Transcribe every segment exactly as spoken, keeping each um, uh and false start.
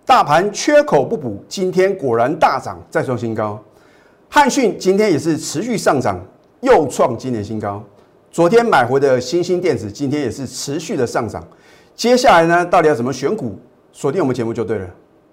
大盘缺口不补，今天果然大涨，再创新高。汉讯今天也是持续上涨，又创今年新高。昨天买回的新兴电子，今天也是持续的上涨。接下来呢，到底要怎么选股？锁定我们节目就对了。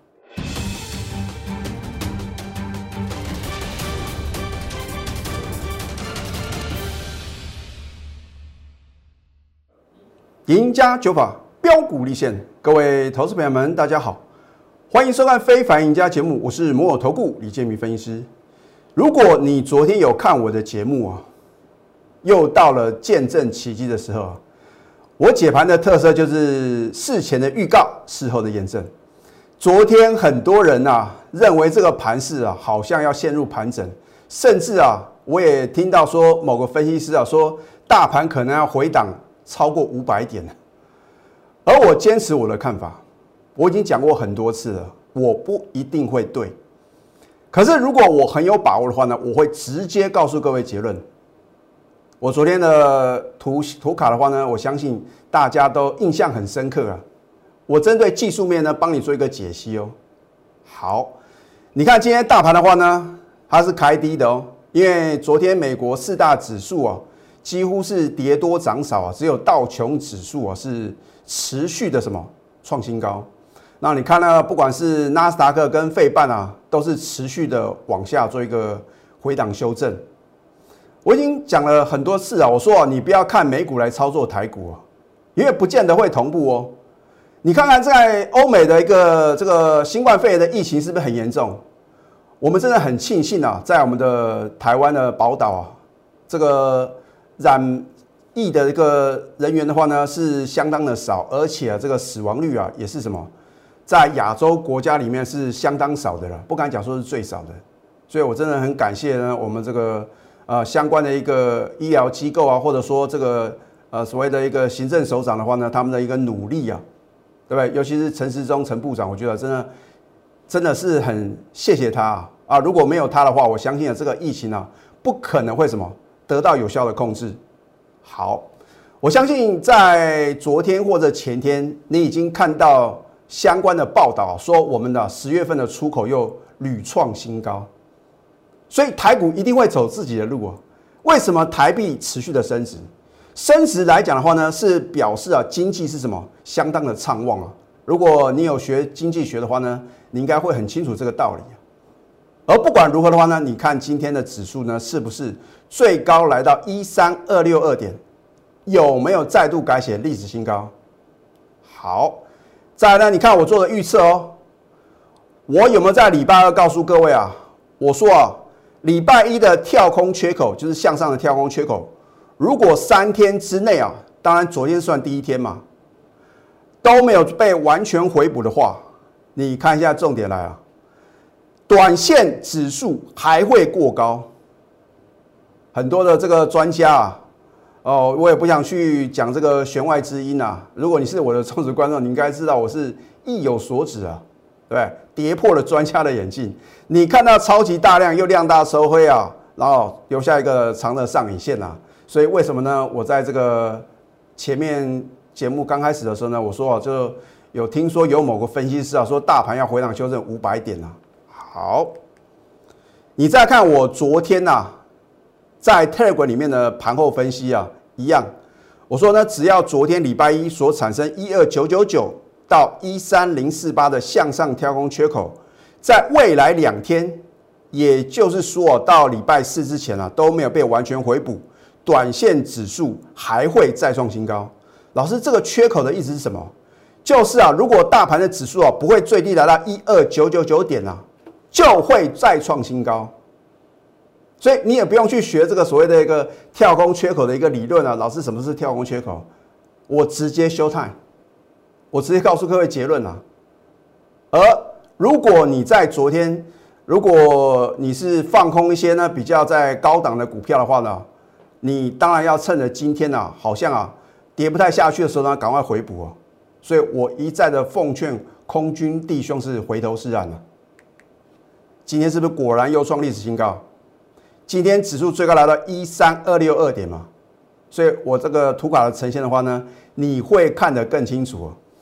赢家九法标股立现，各位投资朋友们，大家好，欢迎收看《非凡赢家》节目，我是摩尔投顾李建民分析师。如果你昨天有看我的节目啊，又到了见证奇迹的时候，我解盘的特色就是事前的预告，事后的验证。昨天很多人啊认为这个盘势啊好像要陷入盘整，甚至啊我也听到说某个分析师啊说大盘可能要回档超过五百点。而我坚持我的看法，我已经讲过很多次了，我不一定会对。可是如果我很有把握的话呢，我会直接告诉各位结论。我昨天的图图卡的话呢，我相信大家都印象很深刻啊。我针对技术面呢，帮你做一个解析哦。好，你看今天大盘的话呢，它是开低的哦，因为昨天美国四大指数啊，几乎是跌多涨少啊，只有道琼指数啊是持续的什么创新高。那你看呢，不管是纳斯达克跟费半啊，都是持续的往下做一个回档修正。我已经讲了很多次啊，我说啊，你不要看美股来操作台股啊，因为不见得会同步哦。你看看在欧美的一个这个新冠肺炎的疫情是不是很严重？我们真的很庆幸啊，在我们的台湾的宝岛啊，这个染疫的一个人员的话呢是相当的少，而且啊这个死亡率啊也是什么，在亚洲国家里面是相当少的了，不敢讲说是最少的。所以我真的很感谢呢，我们这个呃相关的一个医疗机构啊，或者说这个呃所谓的一个行政首长的话呢，他们的一个努力啊。对不对？尤其是陈时中陈部长，我觉得真的真的是很谢谢他啊！啊如果没有他的话，我相信啊，这个疫情啊，不可能会什么得到有效的控制。好，我相信在昨天或者前天，你已经看到相关的报道，说我们的十月份的出口又屡创新高，所以台股一定会走自己的路啊！为什么台币持续的升值？升值来讲的话呢，是表示啊经济是什么相当的畅旺啊。如果你有学经济学的话呢，你应该会很清楚这个道理啊。而不管如何的话呢，你看今天的指数呢，是不是最高来到一三二六二点，有没有再度改写历史新高？好，再来呢，你看我做的预测哦，我有没有在礼拜二告诉各位啊？我说啊，礼拜一的跳空缺口就是向上的跳空缺口。如果三天之内啊，当然昨天算第一天嘛，都没有被完全回补的话，你看一下重点来啊，短线指数还会过高。很多的这个专家啊，哦，我也不想去讲这个弦外之音啊。如果你是我的忠实观众，你应该知道我是意有所指啊，对不对？跌破了专家的眼镜，你看到超级大量又量大收灰啊，然后留下一个长的上影线啊。所以为什么呢？我在这个前面节目刚开始的时候呢，我说啊，就有听说有某个分析师啊说大盘要回档修正五百点啊。好，你再看我昨天啊，在 Telegram 里面的盘后分析啊，一样，我说呢，只要昨天礼拜一所产生一二九九九到一三零四八的向上跳空缺口，在未来两天，也就是说到礼拜四之前啊，都没有被完全回补。短线指数还会再创新高。老师，这个缺口的意思是什么？就是啊，如果大盘的指数啊不会最低来到一二九九九点啊，就会再创新高。所以你也不用去学这个所谓的一个跳空缺口的一个理论啊。老师，什么是跳空缺口？我直接休态，我直接告诉各位结论啊。而如果你在昨天，如果你是放空一些呢比较在高档的股票的话呢，你当然要趁着今天啊，好像啊跌不太下去的时候呢，赶快回补哦。所以我一再的奉劝空军弟兄是回头是岸了。今天是不是果然又创历史新高？今天指数最高来到一三二六二点嘛，所以我这个图卡的呈现的话呢，你会看得更清楚哦。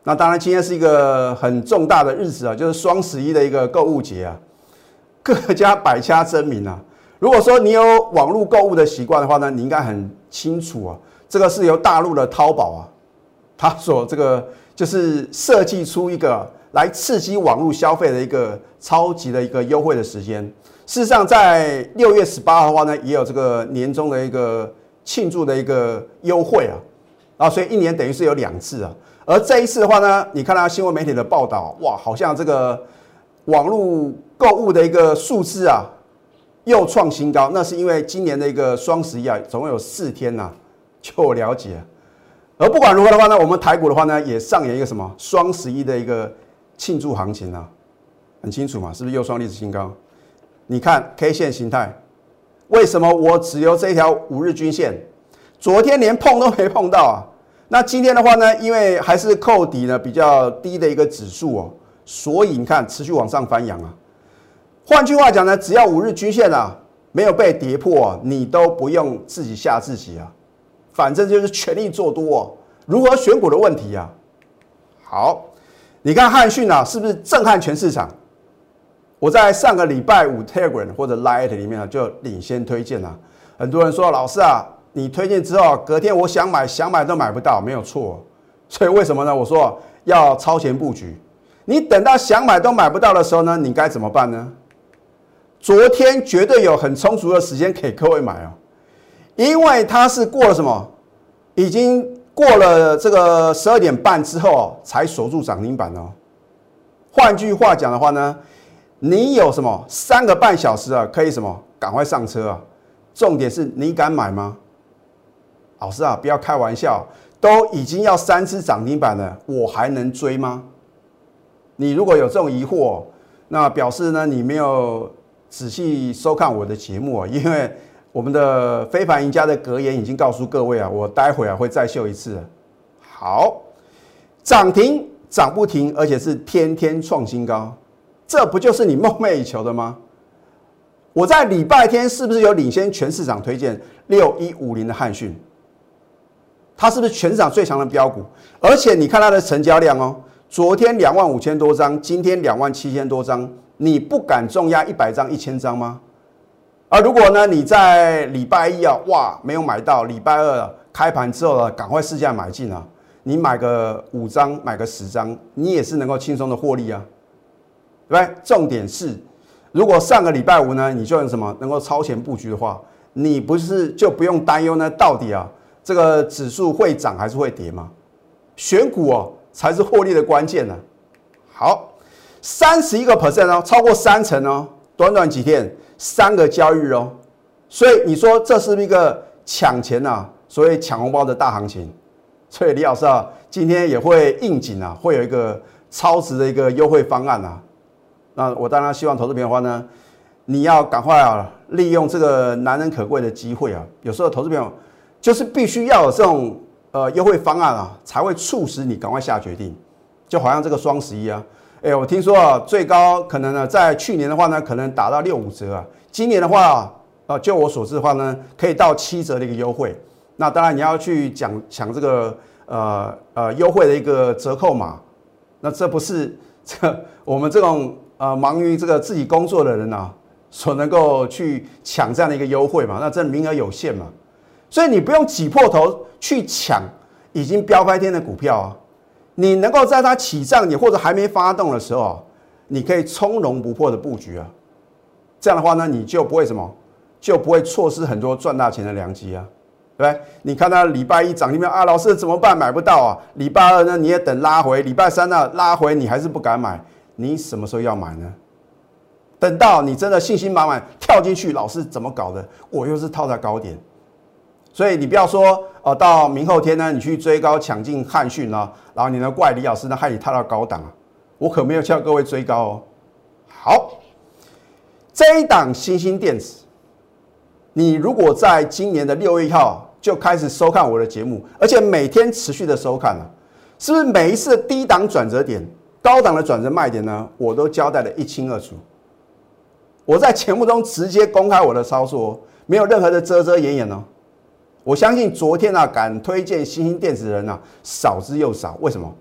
那当然，今天是一个很重大的日子啊，就是双十一的一个购物节啊，各家百家争鸣啊。如果说你有网络购物的习惯的话呢，你应该很清楚啊，这个是由大陆的淘宝啊，它所这个就是设计出一个来刺激网络消费的一个超级的一个优惠的时间。事实上，在六月十八号的话呢，也有这个年终的一个庆祝的一个优惠啊，啊，所以一年等于是有两次啊。而这一次的话呢，你看到新闻媒体的报道，哇，好像这个网络购物的一个数字啊，又创新高。那是因为今年的一个双十一啊，总共有四天呐、啊，就我了解。而不管如何的话呢，我们台股的话呢，也上演一个什么双十一的一个庆祝行情啊，很清楚嘛，是不是又创历史新高？你看 K 线形态，为什么我只有这条五日均线？昨天连碰都没碰到啊。那今天的话呢，因为还是扣底呢比较低的一个指数哦，所以你看持续往上翻扬啊。换句话讲呢，只要五日均线啊没有被跌破啊，你都不用自己吓自己啊，反正就是全力做多哦。如何选股的问题啊？好，你看汉讯啊，是不是震撼全市场？我在上个礼拜五 Telegram 或者 Line 里面啊就领先推荐啊，很多人说老师啊。你推荐之后，隔天我想买，想买都买不到，没有错。所以为什么呢？我说要超前布局。你等到想买都买不到的时候呢，你该怎么办呢？昨天绝对有很充足的时间给各位买哦，因为它是过了什么？已经过了这个十二点半之后才锁住涨停板哦。换句话讲的话呢，你有什么三个半小时啊，可以什么赶快上车啊？重点是你敢买吗？老师啊，不要开玩笑，都已经要三只涨停板了，我还能追吗？你如果有这种疑惑，那表示呢你没有仔细收看我的节目啊，因为我们的非凡赢家的格言已经告诉各位啊，我待会啊会再秀一次。好，涨停涨不停，而且是天天创新高，这不就是你梦寐以求的吗？我在礼拜天是不是有领先全市场推荐六一五零的汉讯？它是不是全市场最强的标股？而且你看它的成交量哦，昨天两万五千多张，今天两万七千多张，你不敢重压一百张、一千张吗？而如果呢，你在礼拜一啊，哇，没有买到，礼拜二开盘之后呢，赶快试价买进啊，你买个五张，买个十张，你也是能够轻松的获利啊，对不对？重点是，如果上个礼拜五呢，你就能什么能够超前布局的话，你不是就不用担忧呢？到底啊？这个指数会涨还是会跌吗？选股哦才是获利的关键呢、啊。好，三十一个 percent 哦，超过三成哦，短短几天，三个交易日哦，所以你说这是不是一个抢钱啊？所谓抢红包的大行情。所以李老师啊，今天也会应景啊，会有一个超值的一个优惠方案啊。那我当然希望投资朋友的话呢，你要赶快啊，利用这个难能可贵的机会啊。有时候投资朋友。就是必须要有这种呃优惠方案啊，才会促使你赶快下决定。就好像这个双十一啊，哎，我听说啊，最高可能呢，在去年的话呢，可能打到六五折啊，今年的话，呃，就我所知的话呢，可以到七折的一个优惠。那当然你要去讲抢这个呃呃优惠的一个折扣码，那这不是这我们这种呃忙于这个自己工作的人啊，所能够去抢这样的一个优惠嘛？那这名额有限嘛。所以你不用挤破头去抢已经飙开天的股票啊，你能够在它起涨你或者还没发动的时候，你可以从容不迫的布局啊。这样的话呢，你就不会什么，就不会错失很多赚大钱的良机啊，对不对？你看到礼拜一涨停板啊，老师怎么办？买不到啊。礼拜二呢，你也等拉回，礼拜三呢拉回，你还是不敢买，你什么时候要买呢？等到你真的信心满满跳进去，老师怎么搞的？我又是套在高点。所以你不要说，呃，到明后天呢，你去追高抢进汉讯啊，然后你呢怪李老师呢害你踏到高档啊，我可没有叫各位追高哦。好，这一档新兴电子，你如果在今年的六月一号就开始收看我的节目，而且每天持续的收看啊，是不是每一次的低档转折点、高档的转折卖点呢，我都交代得一清二楚。我在节目中直接公开我的操作，没有任何的遮遮掩掩哦。我相信昨天啊，敢推荐新兴电子的人啊，少之又少。为什么？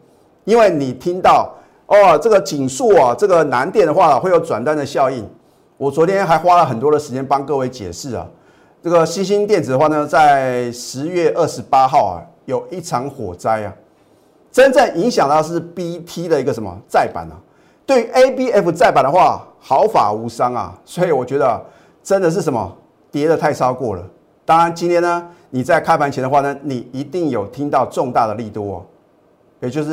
因为你听到哦，这个景硕啊，这个南电的话会有转单的效应。我昨天还花了很多的时间帮各位解释啊，这个新兴电子的话呢，在十月二十八号啊，有一场火灾啊，真正影响到是 B T 的一个什么载板啊。对于 A B F 载板的话，毫发无伤啊，所以我觉得、啊、真的是什么跌得太超过了。当然，今天呢，你在开盘前的话呢，你一定有听到重大的利多、哦，也就是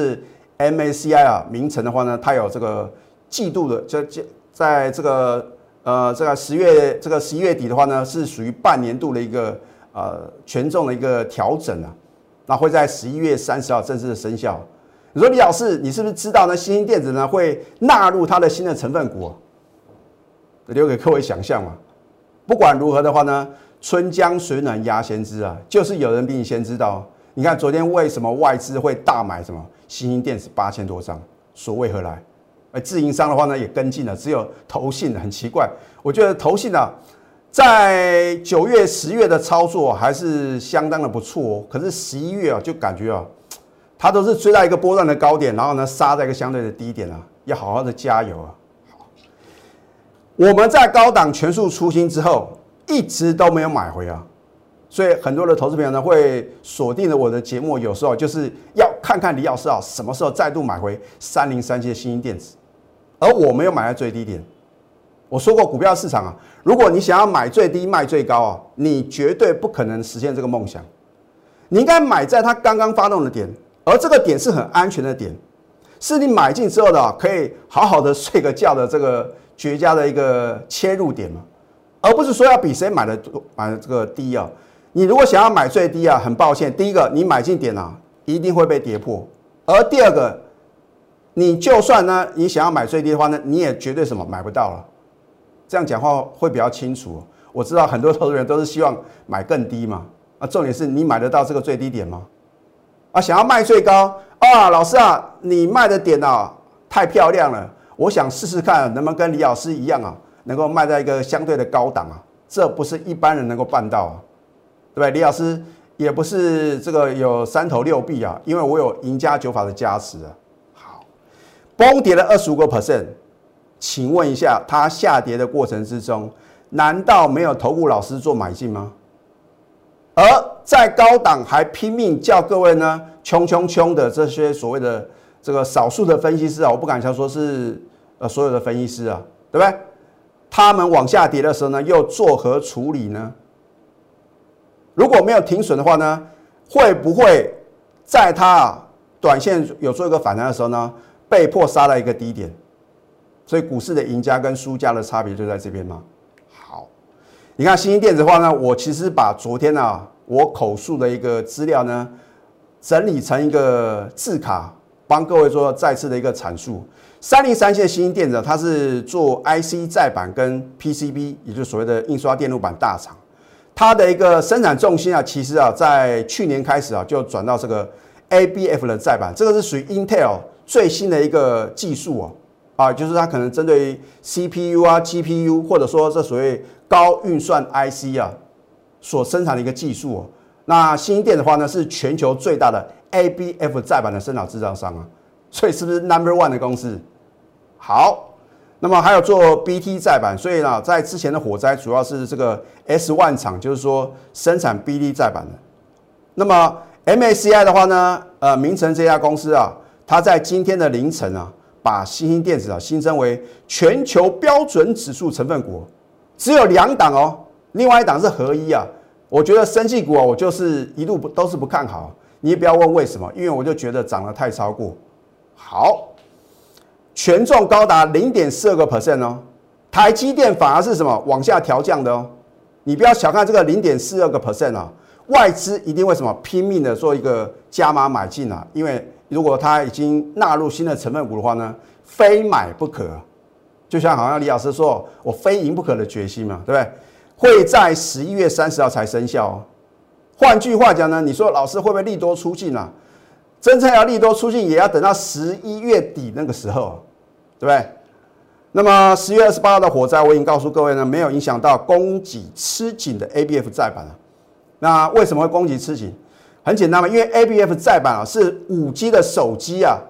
M A C I 啊，名称的话呢，它有这个季度的，就在这个呃这个十月这个十一月底的话呢，是属于半年度的一个呃权重的一个调整啊，那会在十一月三十号正式的生效。你说李老师，你是不是知道呢？新兴电子呢会纳入它的新的成分股、哦？留给各位想象嘛。不管如何的话呢，春江水暖鸭先知啊，就是有人比你先知道。你看昨天为什么外资会大买什么新兴电子八千多张？所谓何来？而自营商的话呢也跟进了，只有投信很奇怪。我觉得投信啊，在九月、十月的操作还是相当的不错哦。可是十一月啊，就感觉啊，它都是追到一个波段的高点，然后呢杀在一个相对的低点啊，要好好的加油啊！我们在高档全数出清之后，一直都没有买回啊，所以很多的投资朋友呢会锁定了我的节目，有时候就是要看看李老师啊什么时候再度买回三零三七的新兴电子，而我没有买在最低点。我说过，股票市场啊，如果你想要买最低卖最高啊，你绝对不可能实现这个梦想。你应该买在它刚刚发动的点，而这个点是很安全的点，是你买进之后的、啊、可以好好的睡个觉的这个绝佳的一个切入点嘛，而不是说要比谁买的买的这个低啊。你如果想要买最低啊，很抱歉，第一个你买进点啊，一定会被跌破；而第二个，你就算呢你想要买最低的话呢，你也绝对什么买不到了。这样讲话会比较清楚。我知道很多投资人都是希望买更低嘛，啊，重点是你买得到这个最低点吗？啊，想要卖最高啊，老师啊，你卖的点啊太漂亮了，我想试试看能不能跟李老师一样啊，能够卖在一个相对的高档啊，这不是一般人能够办到啊，对不对？李老师也不是这个有三头六臂啊，因为我有赢家九法的加持啊。好，崩跌了二十五个 percent， 请问一下，它下跌的过程之中，难道没有投顾老师做买进吗？而在高档还拼命叫各位呢冲冲冲的这些所谓的这个少数的分析师啊，我不敢想说是呃所有的分析师啊，对不对？他们往下跌的时候呢，又作何处理呢？如果没有停损的话呢，会不会在它、啊、短线有做一个反弹的时候呢，被迫杀到一个低点？所以股市的赢家跟输家的差别就在这边吗？好，你看新兴电子的话呢，我其实把昨天啊我口述的一个资料呢，整理成一个字卡，帮各位做再次的一个阐述。三零三七的新兴电子，它是做 I C 载板跟 P C B， 也就是所谓的印刷电路板大厂。它的一个生产重心啊，其实啊，在去年开始啊，就转到这个 A B F 的载板，这个是属于 Intel 最新的一个技术哦。啊，就是它可能针对于 C P U 啊、G P U， 或者说这所谓高运算 I C 啊所生产的一个技术哦。那新兴电的话呢，是全球最大的 A B F 载板的生产制造商啊，所以是不是 number one 的公司？好，那么还有做 B T 载板，所以呢，在之前的火灾主要是这个 S 一 厂，就是说生产 B T 载板的。那么 M A C I 的话呢，呃，明成这家公司啊，它在今天的凌晨啊，把新兴电子啊新增为全球标准指数成分股，只有两档哦，另外一档是合一啊。我觉得生技股啊，我就是一路都是不看好，你也不要问为什么，因为我就觉得涨得太超过。好，权重高达 零点四二个 percent 哦，台积电反而是什么往下调降的哦。你不要小看这个 零点四二个 percent 啊，外资一定会什么拼命的做一个加码买进啊，因为如果它已经纳入新的成分股的话呢，非买不可。就像好像李老师说，我非赢不可的决心嘛，对不对？会在十一月三十号才生效哦。换句话讲呢，你说老师会不会利多出尽啊？真正要利多出尽，也要等到十一月底那个时候，对不对？那么十月二十八号的火灾，我已经告诉各位呢，没有影响到供给吃紧的 A B F 载板了。那为什么会供给吃紧？很简单嘛，因为 A B F 载板啊是五 G 的手机啊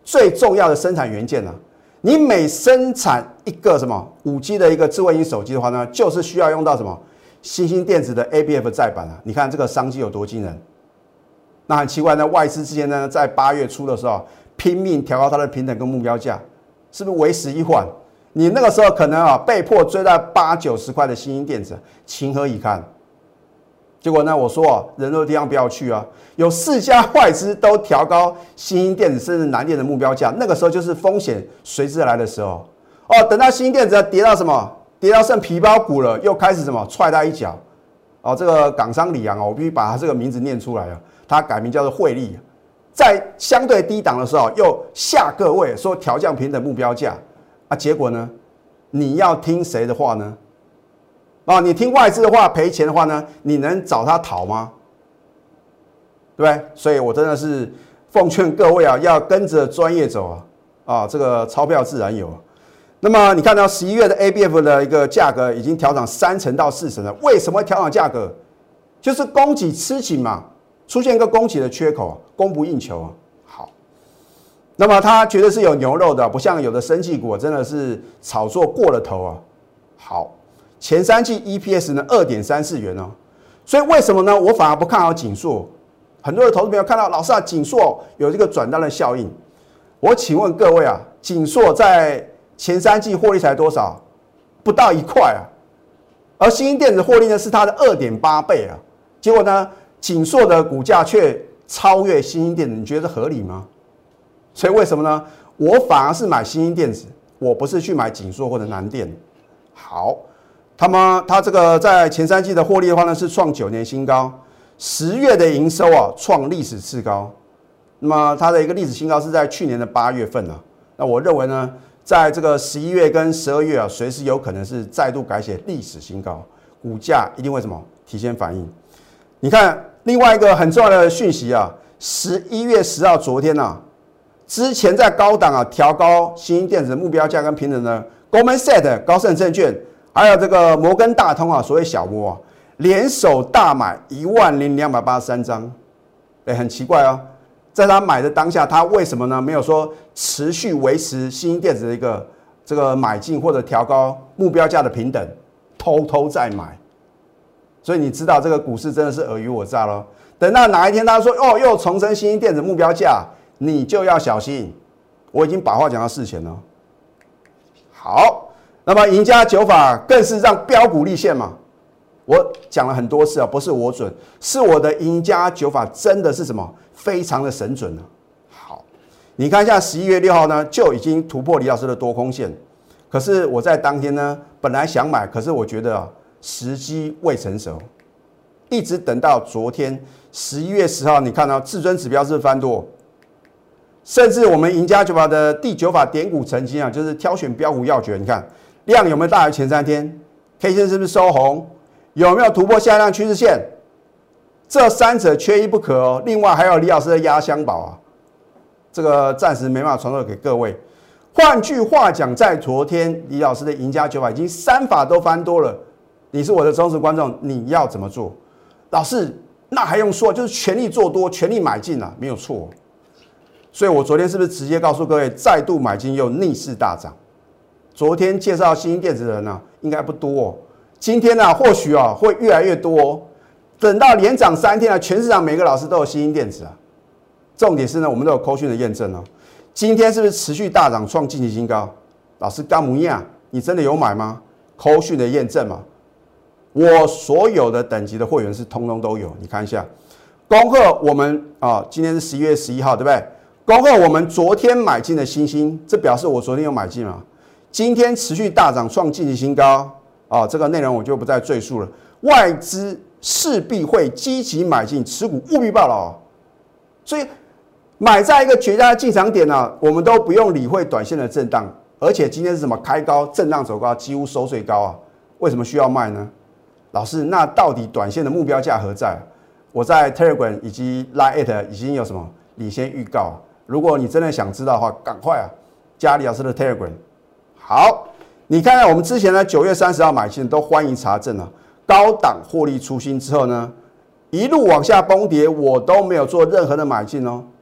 最重要的生产元件啊。你每生产一个什么五 G 的一个智慧型手机的话呢，就是需要用到什么新兴电子的 A B F 载板啊。你看这个商机有多惊人？那很奇怪呢，外资之前呢，在八月初的时候拼命调高它的平等跟目标价，是不是为时已晚？你那个时候可能啊被迫追到八九十块的新兴电子，情何以堪？结果呢，我说啊，人多的地方不要去啊。有四家外资都调高新兴电子甚至南电的目标价，那个时候就是风险随之而来的时候。哦，等到新兴电子跌到什么？跌到剩皮包股了，又开始什么踹他一脚。哦，这个港商里昂啊，我必须把他这个名字念出来啊，他改名叫做汇利，在相对低档的时候又下各位说调降平等目标价啊，结果呢，你要听谁的话呢？哦，你听外资的话赔钱的话呢，你能找他讨吗？对不对？所以我真的是奉劝各位啊，要跟着专业走啊，啊，这个钞票自然有。那么你看到十一月的 A B F 的一个价格已经调涨三成到四成了，为什么会调涨价格？就是供给吃紧嘛，出现一个供给的缺口，供不应求啊。好，那么它绝对是有牛肉的，不像有的生技股真的是炒作过了头啊。好。前三季 E P S 呢 二点三四元哦，所以为什么呢？我反而不看好景硕。很多的投资朋友看到老师啊，景硕有这个转单的效应。我请问各位啊，景硕在前三季获利才多少？不到一块啊。而新兴电子获利呢是它的 二点八倍啊。结果呢，景硕的股价却超越新兴电子，你觉得合理吗？所以为什么呢？我反而是买新兴电子，我不是去买景硕或者南电。好。他们它这个在前三季的获利的话呢，是创九年新高，十月的营收啊创历史次高，那么它的一个历史新高是在去年的八月份啊。那我认为呢，在这个十一月跟十二月啊，随时有可能是再度改写历史新高，股价一定会什么提前反应。你看另外一个很重要的讯息啊，十一月十号昨天啊，之前在高档啊调高新兴电子的目标价跟平等的 Goldman Sachs 高盛证券。还有这个摩根大通啊，所谓小摩啊，联手大买一万零两百八十三张，哎，很奇怪哦，在他买的当下，他为什么呢？没有说持续维持新兴电子的一个这个买进或者调高目标价的平等，偷偷再买，所以你知道这个股市真的是尔虞我诈咯。等到哪一天他说哦又重申新兴电子目标价，你就要小心。我已经把话讲到事前了。好。那么赢家九法更是让标股立现嘛？我讲了很多次啊，不是我准，是我的赢家九法真的是什么？非常的神准了。好，你看一下十一月六号呢，就已经突破李老师的多空线。可是我在当天呢，本来想买，可是我觉得啊，时机未成熟，一直等到昨天十一月十号，你看到至尊指标是不是翻多？甚至我们赢家九法的第九法点股成绩啊，就是挑选标股要诀，你看。量有没有大于前三天 ？K 线是不是收红？有没有突破下降趋势线？这三者缺一不可哦。另外还有李老师的压箱宝啊，这个暂时没办法传授给各位。换句话讲，在昨天李老师的赢家九法已经三法都翻多了。你是我的忠实观众，你要怎么做？老师，那还用说，就是全力做多，全力买进啊，没有错。所以我昨天是不是直接告诉各位，再度买进又逆势大涨？昨天介绍新兴电子的人啊，应该不多哦。今天呢、啊，或许啊会越来越多哦。等到连涨三天啊，全市场每个老师都有新兴电子啊。重点是呢，我们都有扣讯的验证哦。今天是不是持续大涨创近期新高？老师干模样，你真的有买吗？扣讯的验证嘛，我所有的等级的会员是通通都有。你看一下，恭贺我们啊，今天是十一月十一号，对不对？恭贺我们昨天买进的新兴，这表示我昨天有买进嘛。今天持续大涨创近期新高啊，这个内容我就不再赘述了。外资势必会积极买进，持股务必抱牢。所以买在一个绝佳的进场点呢、啊，我们都不用理会短线的震荡。而且今天是什么开高震荡走高，几乎收最高啊？为什么需要卖呢？老师，那到底短线的目标价何在？我在 Telegram 以及 Line 已经有什么领先预告、啊？如果你真的想知道的话，赶快啊加李老师的 Telegram。好，你看看我们之前呢，九月三十号买进都欢迎查证啊。高档获利出清之后呢，一路往下崩跌，我都没有做任何的买进哦。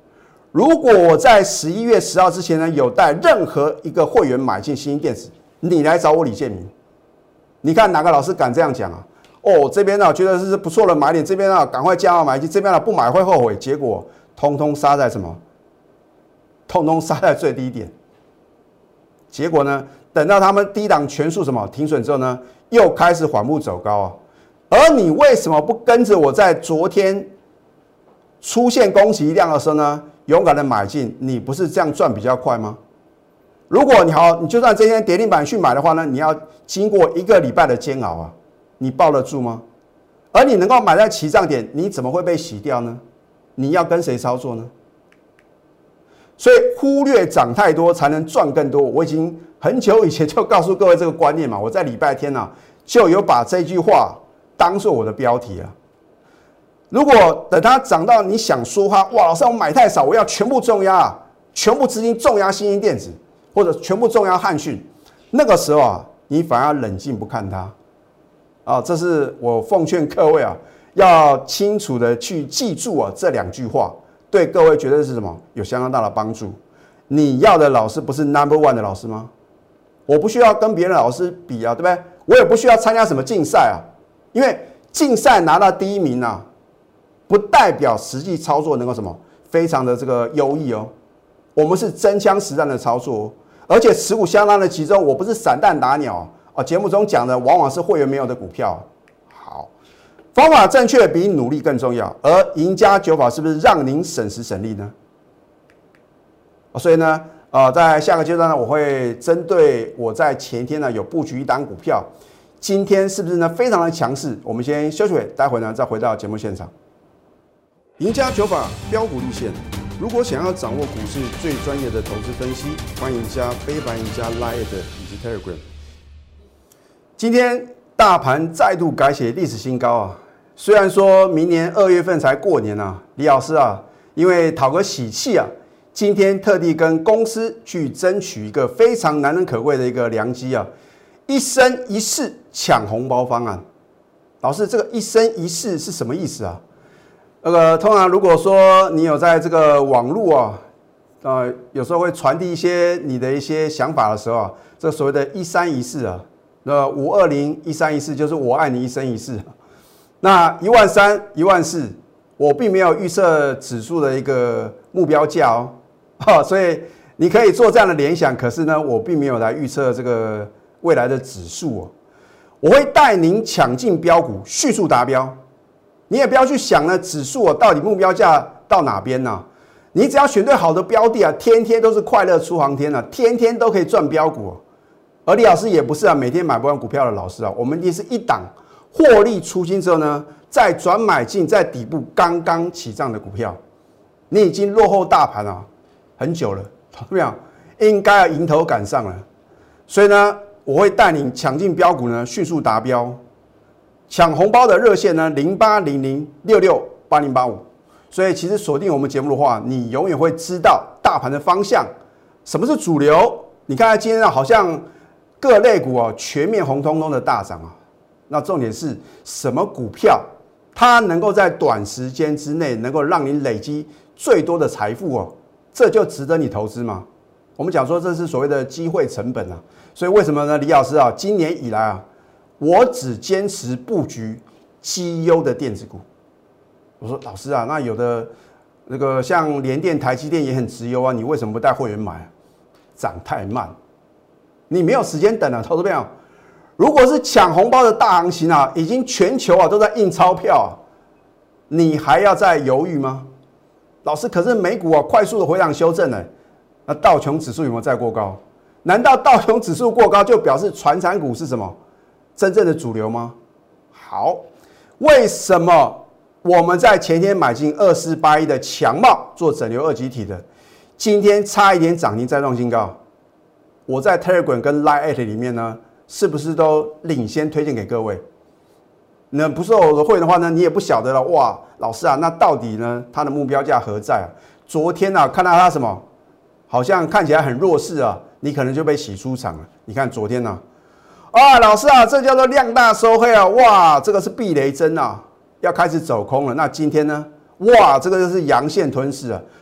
如果我在十一月十号之前呢，有带任何一个会员买进新兴电子，你来找我李建明，你看哪个老师敢这样讲啊？哦，这边呢、啊、觉得是不错的买点，这边啊赶快加码买进，这边呢、啊、不买会后悔，结果通通杀在什么？通通杀在最低点。结果呢，等到他们低档全数什么停损之后呢，又开始缓步走高啊。而你为什么不跟着我在昨天出现攻击量的时候呢，勇敢的买进？你不是这样赚比较快吗？如果你好，你就算今天跌停板去买的话呢，你要经过一个礼拜的煎熬啊，你抱得住吗？而你能够买在起涨点，你怎么会被洗掉呢？你要跟谁操作呢？所以忽略涨太多才能赚更多。我已经很久以前就告诉各位这个观念嘛，我在礼拜天啊就有把这句话当做我的标题啊。如果等它涨到你想说它，哇，老师我买太少，我要全部重压啊，全部资金重压新兴电子，或者全部重压汉讯，那个时候啊，你反而冷静不看它啊。这是我奉劝各位啊，要清楚的去记住啊这两句话，对各位绝对是什么有相当大的帮助。你要的老师不是 number one 的老师吗？我不需要跟别人的老师比啊，对不对？我也不需要参加什么竞赛啊。因为竞赛拿到第一名啊，不代表实际操作能够什么非常的这个优异哦。我们是真枪实弹的操作哦，而且持股相当的集中。我不是散弹打鸟啊，节目中讲的往往是会员没有的股票。好，方法正确比努力更重要。而赢家九法是不是让您省时省力呢？所以呢，呃，在下个阶段呢，我会针对我在前一天呢有布局一档股票。今天是不是呢非常的强势？我们先休息会，待会呢再回到节目现场。赢家九法标股立线，如果想要掌握股市最专业的投资分析，欢迎加非凡、赢家 Line 以及 Telegram。今天大盘再度改写历史新高啊！虽然说明年二月份才过年啊，李老师啊，因为讨个喜气啊，今天特地跟公司去争取一个非常难能可贵的一个良机啊。一生一世抢红包方案，老师，这个一生一世是什么意思啊？那个通常如果说你有在这个网络啊，呃，有时候会传递一些你的一些想法的时候啊，这所谓的一三一四啊，那五二零一三一四就是我爱你一生一世。那一万三、一万四，我并没有预测指数的一个目标价哦，哈，所以你可以做这样的联想，可是呢，我并没有来预测这个未来的指数哦，我会带您抢进标股，迅速达标。你也不要去想呢，指数哦到底目标价到哪边呢、啊？你只要选对好的标的啊，天天都是快乐出航天啊，天天都可以赚标股、哦。而李老师也不是啊，每天买不完股票的老师啊，我们一定是一档获利出清之后呢，再转买进在底部刚刚起涨的股票，你已经落后大盘啊很久了，懂没有？应该要迎头赶上了。所以呢，我会带领抢进标股呢，迅速达标。抢红包的热线呢，零八零零六六八零八五。所以其实锁定我们节目的话，你永远会知道大盘的方向，什么是主流。你看今天好像各类股啊全面红彤彤的大涨啊，那重点是什么股票，它能够在短时间之内能够让你累积最多的财富哦，这就值得你投资嘛。我们讲说这是所谓的机会成本啊，所以为什么呢？李老师啊，今年以来啊，我只坚持布局绩优的电子股。我说老师啊，那有的那个像联电、台积电也很绩优啊，你为什么不带会员买、啊？涨太慢，你没有时间等啊，投资朋友。如果是抢红包的大行情啊，已经全球啊都在印钞票啊，你还要再犹豫吗？老师，可是美股啊快速的回档修正呢，那道琼指数有没有再过高？难道道琼指数过高就表示传产股是什么真正的主流吗？好，为什么我们在前天买进二四八一的强茂做整流二极体的，今天差一点涨停再创新高？我在 Telegram 跟 Line 里面呢，是不是都领先推荐给各位？那不是我的会员的话呢，你也不晓得了。哇，老师啊，那到底呢，它的目标价何在啊？昨天啊，看到它什么，好像看起来很弱势啊，你可能就被洗出场了。你看昨天呢、啊，啊，老师啊，这叫做量大收黑啊，哇，这个是避雷针啊，要开始走空了。那今天呢，哇，这个就是阳线吞噬啊，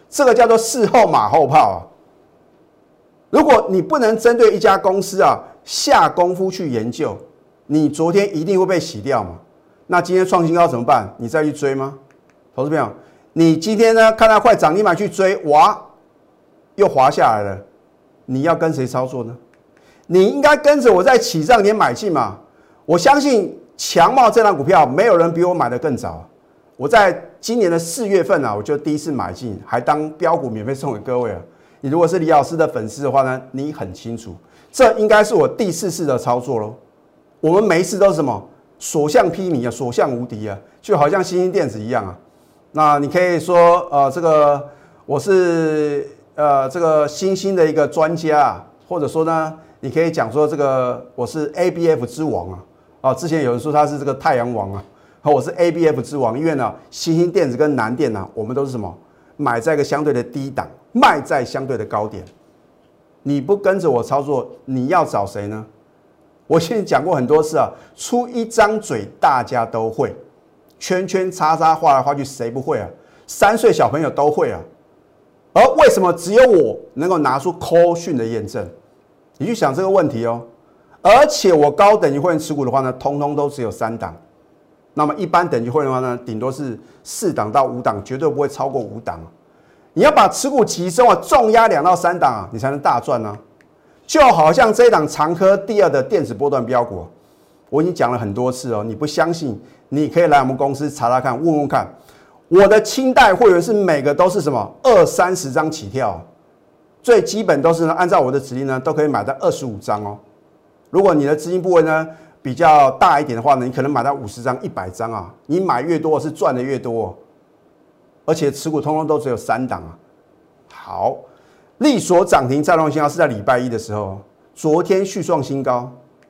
这个叫做事后马后炮啊。如果你不能针对一家公司啊下功夫去研究，你昨天一定会被洗掉嘛？那今天创新高怎么办？你再去追吗？投资朋友，你今天呢看到快涨，你买去追，哇，又滑下来了，你要跟谁操作呢？你应该跟着我在起涨点买进嘛。我相信强茂这档股票，没有人比我买得更早。我在今年的四月份啊，我就第一次买进，还当标股免费送给各位啊。你如果是李老师的粉丝的话呢，你很清楚，这应该是我第四次的操作咯。我们每一次都是什么所向披靡啊，所向无敌啊，就好像新兴电子一样啊。那你可以说，呃，这个我是呃这个新兴的一个专家啊，或者说呢，你可以讲说这个我是 A B F 之王啊。啊，之前有人说他是这个太阳王啊，我是 A B F 之王，因为呢，新兴电子跟南电呢，我们都是什么买在一个相对的低档，卖在相对的高点。你不跟着我操作，你要找谁呢？我现在讲过很多次啊，出一张嘴大家都会，圈圈叉叉画来画去谁不会啊？三岁小朋友都会啊。而为什么只有我能够拿出 call 讯的验证？你去想这个问题哦。而且我高等级会员持股的话呢，通通都只有三档。那么一般等级会员的话呢，顶多是四档到五档，绝对不会超过五档。你要把持股集中啊，重压两到三档啊，你才能大赚啊。就好像这一档长科第二的电子波段标股，我已经讲了很多次哦，你不相信，你可以来我们公司查查看，问问看。我的清代会员是每个都是什么二三十张起跳，最基本都是呢，按照我的指令呢，都可以买到二十五张哦。如果你的资金部位呢比较大一点的话呢，你可能买到五十张、一百张啊，你买越多是赚的越多，而且持股通通都只有三档啊。好，力所涨停再创新高是在礼拜一的时候，昨天续创新高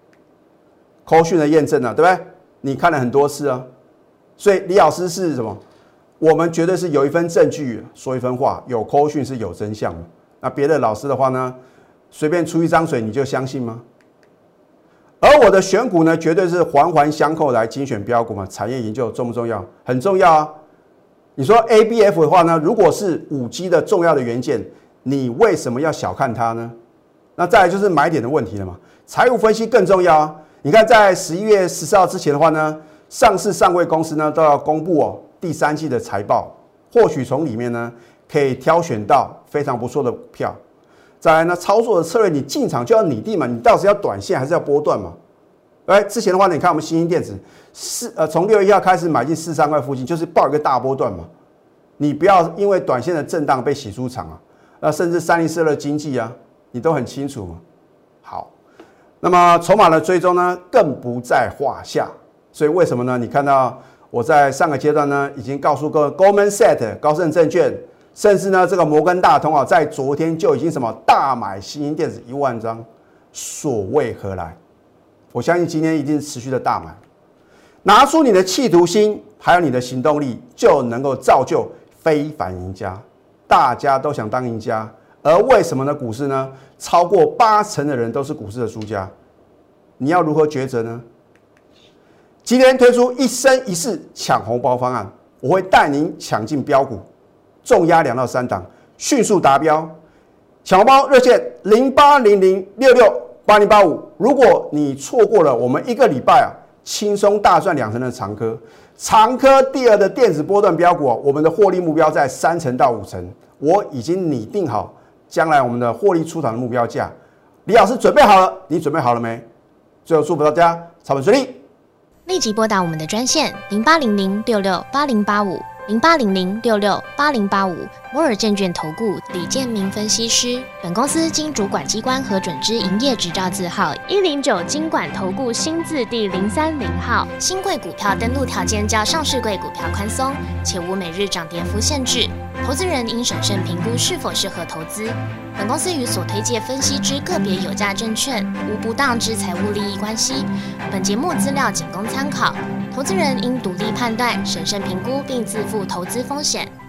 ，call 讯的验证啊，对不对？你看了很多次啊，所以李老师是什么？我们绝对是有一份证据说一分话，有 call 讯是有真相的。那别的老师的话呢，随便出一张嘴你就相信吗？而我的选股呢，绝对是环环相扣来精选标股嘛。产业研究重不重要？很重要啊。你说 A B F 的话呢，如果是 五 G 的重要的元件，你为什么要小看它呢？那再来就是买点的问题了嘛。财务分析更重要啊。你看，在十一月十四号之前的话呢，上市上柜公司呢都要公布哦第三季的财报，或许从里面呢可以挑选到非常不错的股票。再来呢，操作的策略你进场就要拟定嘛，你到底要短线还是要波段嘛？哎，之前的话，你看我们新兴电子是呃从六月一号开始买进四三块附近，就是抱一个大波段嘛。你不要因为短线的震荡被洗出场啊，那甚至三零四二的经济啊，你都很清楚嘛。好，那么筹码的追踪呢，更不在话下。所以为什么呢？你看到我在上个阶段呢，已经告诉各位 Goldman Sachs 高盛证券。甚至呢，这个摩根大通啊，在昨天就已经什么大买新兴电子一万张，所谓何来？我相信今天一定持续的大买，拿出你的企图心，还有你的行动力，就能够造就非凡赢家。大家都想当赢家，而为什么呢？股市呢，超过八成的人都是股市的输家。你要如何抉择呢？今天推出一生一世抢红包方案，我会带您抢进标股。重压两到三档，迅速达标。抢红包热线零八零零六六八零八五。如果你错过了我们一个礼拜啊，轻松大赚两成的长科，长科第二的电子波段标股、啊，我们的获利目标在三成到五成，我已经拟定好将来我们的获利出场的目标价。李老师准备好了，你准备好了没？最后祝福大家操盘顺利。 立即拨打我们的专线零八零零六六八零八五。零八零零六六八零八五摩尔证券投顾李建明分析师，本公司经主管机关核准之营业执照字号一零九金管投顾新字第零三零号。新贵股票登录条件较上市贵股票宽松，且无每日涨跌幅限制。投资人应审慎评估是否适合投资。本公司与所推介分析之个别有价证券无不当之财务利益关系。本节目资料仅供参考，投资人应独立判断、审慎评估并自负投资风险。